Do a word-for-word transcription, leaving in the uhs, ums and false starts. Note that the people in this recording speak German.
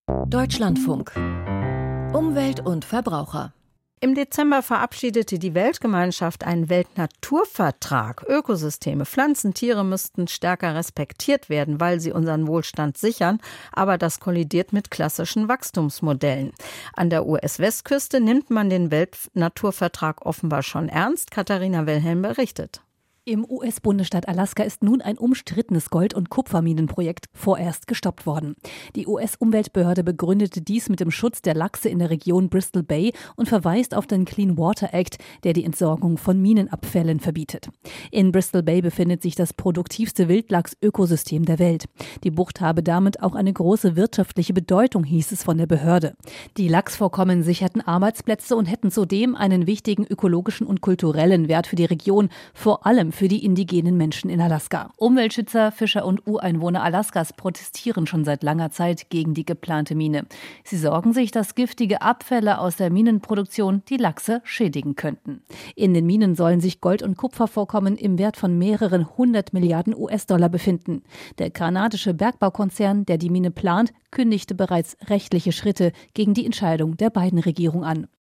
Deutschlandfunk. Umwelt und Verbraucher. Im Dezember verabschiedete die Weltgemeinschaft einen Weltnaturvertrag. Ökosysteme, Pflanzen, Tiere müssten stärker respektiert werden, weil sie unseren Wohlstand sichern. Aber das kollidiert mit klassischen Wachstumsmodellen. An der U S-Westküste nimmt man den Weltnaturvertrag offenbar schon ernst. Katharina Wilhelm berichtet. Im U S-Bundesstaat Alaska ist nun ein umstrittenes Gold- und Kupferminenprojekt vorerst gestoppt worden. Die U S-Umweltbehörde begründete dies mit dem Schutz der Lachse in der Region Bristol Bay und verweist auf den Clean Water Act, der die Entsorgung von Minenabfällen verbietet. In Bristol Bay befindet sich das produktivste Wildlachs-Ökosystem der Welt. Die Bucht habe damit auch eine große wirtschaftliche Bedeutung, hieß es von der Behörde. Die Lachsvorkommen sicherten Arbeitsplätze und hätten zudem einen wichtigen ökologischen und kulturellen Wert für die Region, vor allem für die indigenen Menschen in Alaska. Umweltschützer, Fischer und Ureinwohner Alaskas protestieren schon seit langer Zeit gegen die geplante Mine. Sie sorgen sich, dass giftige Abfälle aus der Minenproduktion die Lachse schädigen könnten. In den Minen sollen sich Gold- und Kupfervorkommen im Wert von mehreren hundert Milliarden U S-Dollar befinden. Der kanadische Bergbaukonzern, der die Mine plant, kündigte bereits rechtliche Schritte gegen die Entscheidung der beiden Regierungen an.